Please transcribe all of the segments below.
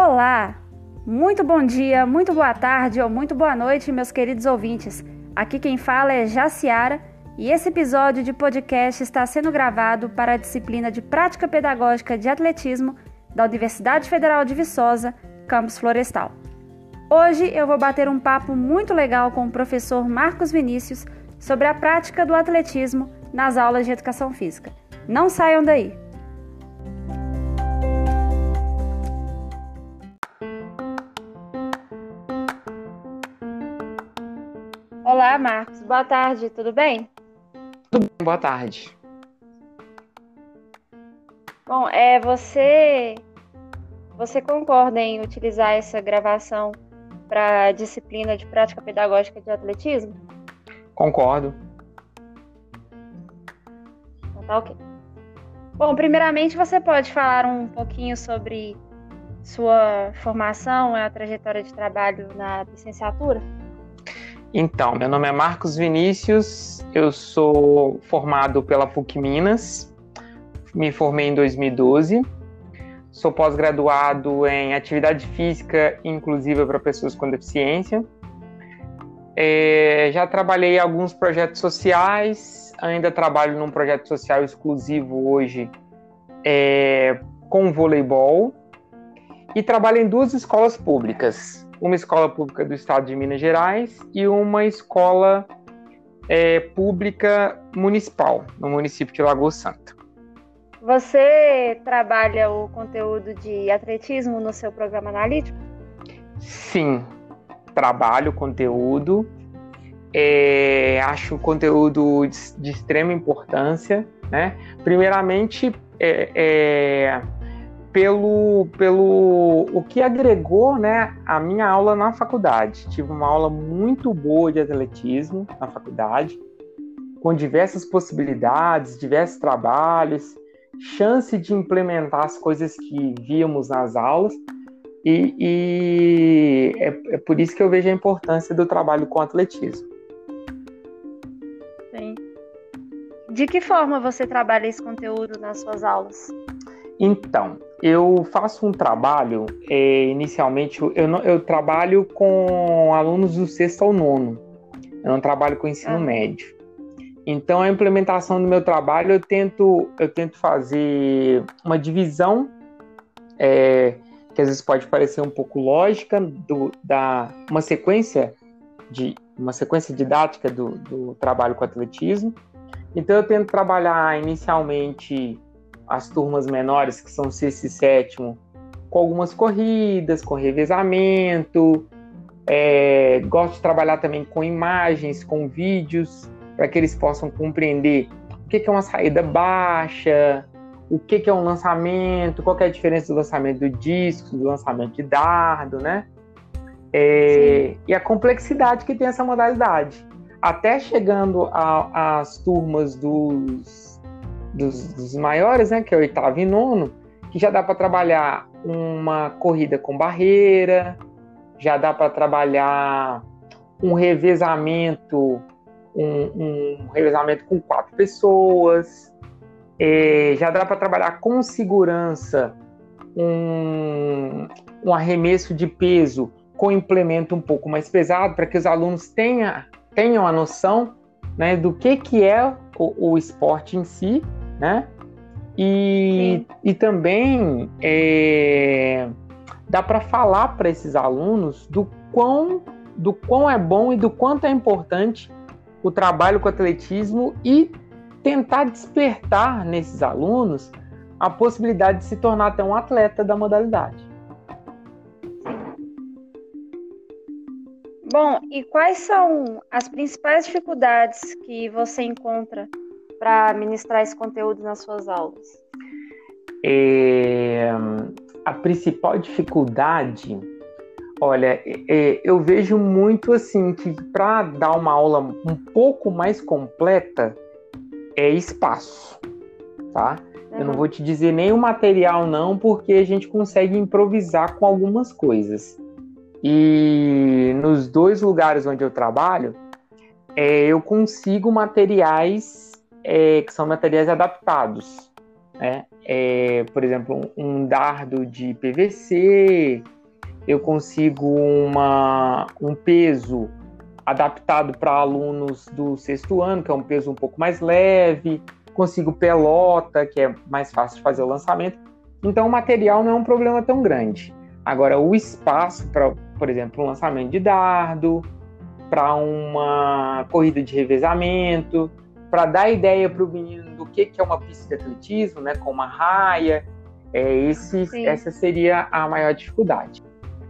Olá! Muito bom dia, muito boa tarde ou muito boa noite, meus queridos ouvintes. Aqui quem fala é Jaciara e esse episódio de podcast está sendo gravado para a disciplina de Prática Pedagógica de Atletismo da Universidade Federal de Viçosa, Campus Florestal. Hoje eu vou bater um papo muito legal com o professor Marcos Vinícius sobre a prática do atletismo nas aulas de Educação Física. Não saiam daí! Olá, Marcos. Boa tarde, tudo bem? Tudo bem, boa tarde. Bom, você concorda em utilizar essa gravação para a disciplina de Prática Pedagógica de Atletismo? Concordo. Então tá ok. Bom, primeiramente você pode falar um pouquinho sobre sua formação e a trajetória de trabalho na licenciatura? Então, meu nome é Marcos Vinícius, eu sou formado pela PUC Minas, me formei em 2012, sou pós-graduado em Atividade Física Inclusiva para Pessoas com Deficiência. Já trabalhei em alguns projetos sociais, ainda trabalho num projeto social exclusivo hoje com voleibol e trabalho em duas escolas públicas. Uma escola pública do estado de Minas Gerais e uma escola pública municipal, no município de Lagoa Santa. Você trabalha o conteúdo de atletismo no seu programa analítico? Sim, trabalho o conteúdo. Acho o conteúdo de extrema importância, né? Primeiramente, pelo o que agregou, né, a minha aula na faculdade. Tive uma aula muito boa de atletismo na faculdade, com diversas possibilidades, diversos trabalhos, chance de implementar as coisas que víamos nas aulas, e é por isso que eu vejo a importância do trabalho com atletismo. Sim. De que forma você trabalha esse conteúdo nas suas aulas? Então, eu faço um trabalho, inicialmente, eu trabalho com alunos do 6º ao 9º, eu não trabalho com ensino médio. Então, a implementação do meu trabalho, eu tento fazer uma divisão, que às vezes pode parecer um pouco lógica, uma sequência didática do trabalho com atletismo. Então, eu tento trabalhar inicialmente as turmas menores, que são 6º e 7º, com algumas corridas, com revezamento. Gosto de trabalhar também com imagens, com vídeos, para que eles possam compreender o que é uma saída baixa, o que é um lançamento, qual é a diferença do lançamento do disco, do lançamento de dardo, né? E a complexidade que tem essa modalidade. Até chegando às turmas dos maiores, né, que é o 8º e 9º, que já dá para trabalhar uma corrida com barreira, já dá para trabalhar um revezamento, um revezamento com 4 pessoas, já dá para trabalhar com segurança um arremesso de peso com implemento um pouco mais pesado, para que os alunos tenham a noção, né, do que é o esporte em si, né? E também dá para falar para esses alunos do quão é bom e do quanto é importante o trabalho com atletismo e tentar despertar nesses alunos a possibilidade de se tornar até um atleta da modalidade. Bom, e quais são as principais dificuldades que você encontra para ministrar esse conteúdo nas suas aulas? A principal dificuldade, olha, eu vejo muito assim que para dar uma aula um pouco mais completa é espaço, tá? Eu não vou te dizer nem o material não, porque a gente consegue improvisar com algumas coisas. E nos 2 lugares onde eu trabalho, eu consigo materiais que são materiais adaptados. né? Por exemplo, um dardo de PVC, eu consigo um peso adaptado para alunos do sexto ano, que é um peso um pouco mais leve, consigo pelota, que é mais fácil de fazer o lançamento. Então, o material não é um problema tão grande. Agora, o espaço para, por exemplo, um lançamento de dardo, para uma corrida de revezamento, para dar ideia para o menino do que é uma pista de atletismo, né, com uma raia, essa seria a maior dificuldade.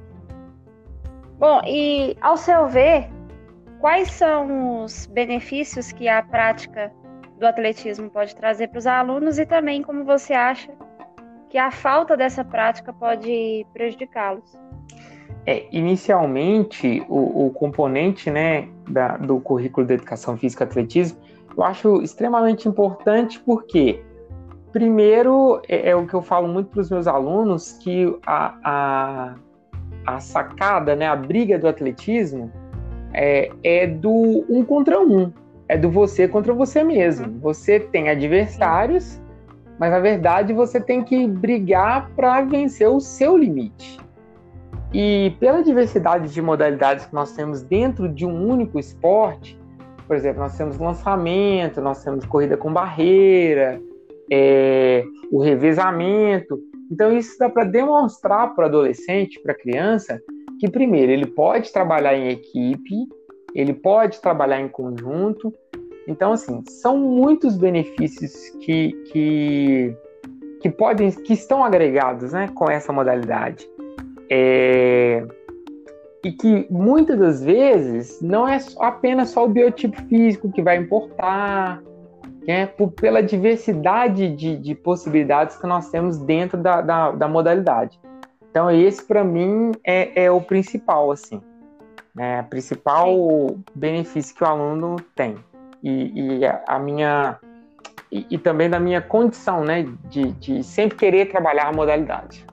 Bom, e ao seu ver, quais são os benefícios que a prática do atletismo pode trazer para os alunos e também como você acha que a falta dessa prática pode prejudicá-los? Inicialmente, o componente, né, do currículo de Educação Física e Atletismo, eu acho extremamente importante porque, primeiro, é o que eu falo muito para os meus alunos, que a sacada, né, a briga do atletismo é do 1 contra 1, é do você contra você mesmo. Você tem adversários, mas na verdade você tem que brigar para vencer o seu limite. E pela diversidade de modalidades que nós temos dentro de um único esporte, por exemplo, nós temos lançamento, nós temos corrida com barreira, o revezamento. Então isso dá para demonstrar para o adolescente, para a criança, que primeiro ele pode trabalhar em equipe, ele pode trabalhar em conjunto. Então, assim, são muitos benefícios que estão agregados, né, com essa modalidade. E que muitas das vezes não é apenas só o biotipo físico que vai importar, né, pela diversidade de possibilidades que nós temos dentro da modalidade. Então, esse para mim é o principal, assim, né, o principal benefício que o aluno tem. E também da minha condição, né, de sempre querer trabalhar a modalidade.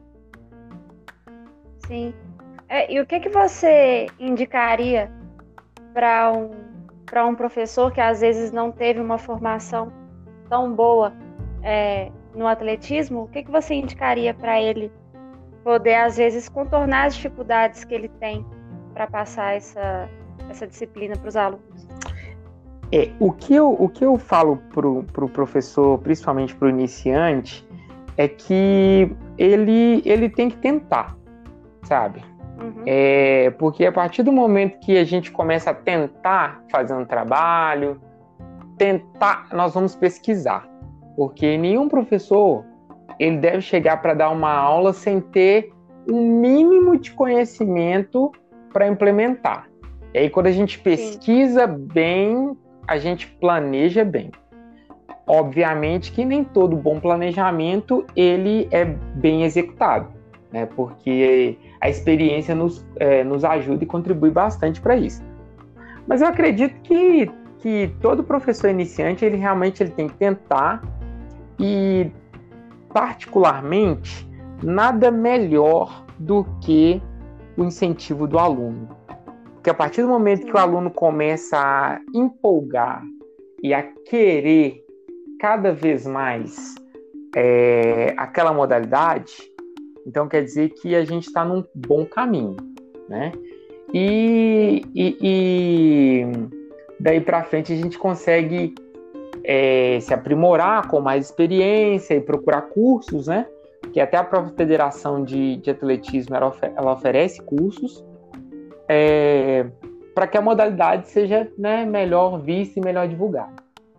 Sim. E o que você indicaria para um professor que às vezes não teve uma formação tão boa no atletismo? O que você indicaria para ele poder, às vezes, contornar as dificuldades que ele tem para passar essa disciplina para os alunos? O que eu falo pro professor, principalmente pro iniciante, é que ele tem que tentar, sabe? Porque a partir do momento que a gente começa a tentar fazer um trabalho, nós vamos pesquisar. Porque nenhum professor ele deve chegar para dar uma aula sem ter um mínimo de conhecimento para implementar. E aí, quando a gente pesquisa bem, a gente planeja bem. Obviamente que nem todo bom planejamento ele é bem executado, né? Porque a experiência nos ajuda e contribui bastante para isso. Mas eu acredito que todo professor iniciante ele realmente tem que tentar, e particularmente nada melhor do que o incentivo do aluno. Porque a partir do momento que o aluno começa a empolgar e a querer cada vez mais aquela modalidade, então quer dizer que a gente está num bom caminho, né? E daí para frente a gente consegue se aprimorar com mais experiência e procurar cursos, né? Que até a própria Federação de Atletismo ela oferece cursos para que a modalidade seja, né, melhor vista e melhor divulgada.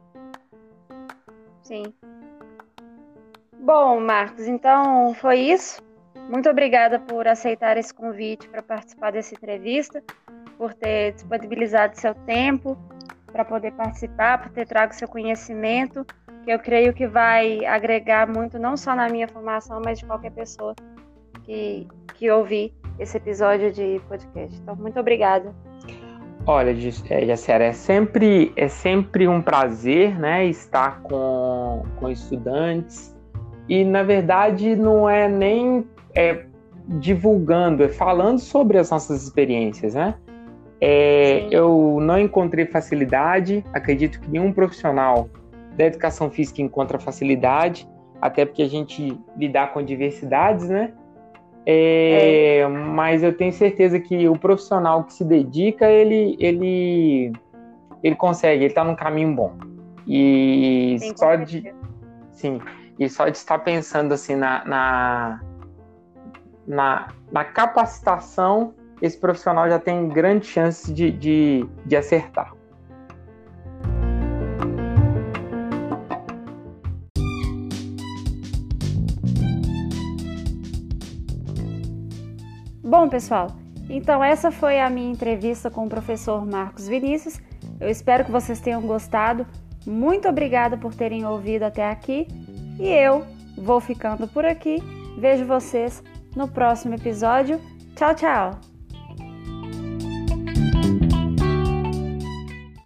Sim. Bom, Marcos, então foi isso. Muito obrigada por aceitar esse convite para participar dessa entrevista, por ter disponibilizado seu tempo para poder participar, por ter trago seu conhecimento, que eu creio que vai agregar muito, não só na minha formação, mas de qualquer pessoa que ouvir esse episódio de podcast. Então, muito obrigada. Olha, Jaciara, é sempre um prazer, né, estar com estudantes. E, na verdade, não é nem divulgando, é falando sobre as nossas experiências, né? Eu não encontrei facilidade, acredito que nenhum profissional da educação física encontra facilidade, até porque a gente lidar com diversidades, né? Mas eu tenho certeza que o profissional que se dedica, ele consegue, ele está num caminho bom. E só de estar pensando assim na capacitação, esse profissional já tem grande chance de acertar. Bom, pessoal, então essa foi a minha entrevista com o professor Marcos Vinícius. Eu espero que vocês tenham gostado. Muito obrigada por terem ouvido até aqui. E eu vou ficando por aqui. Vejo vocês no próximo episódio. Tchau, tchau!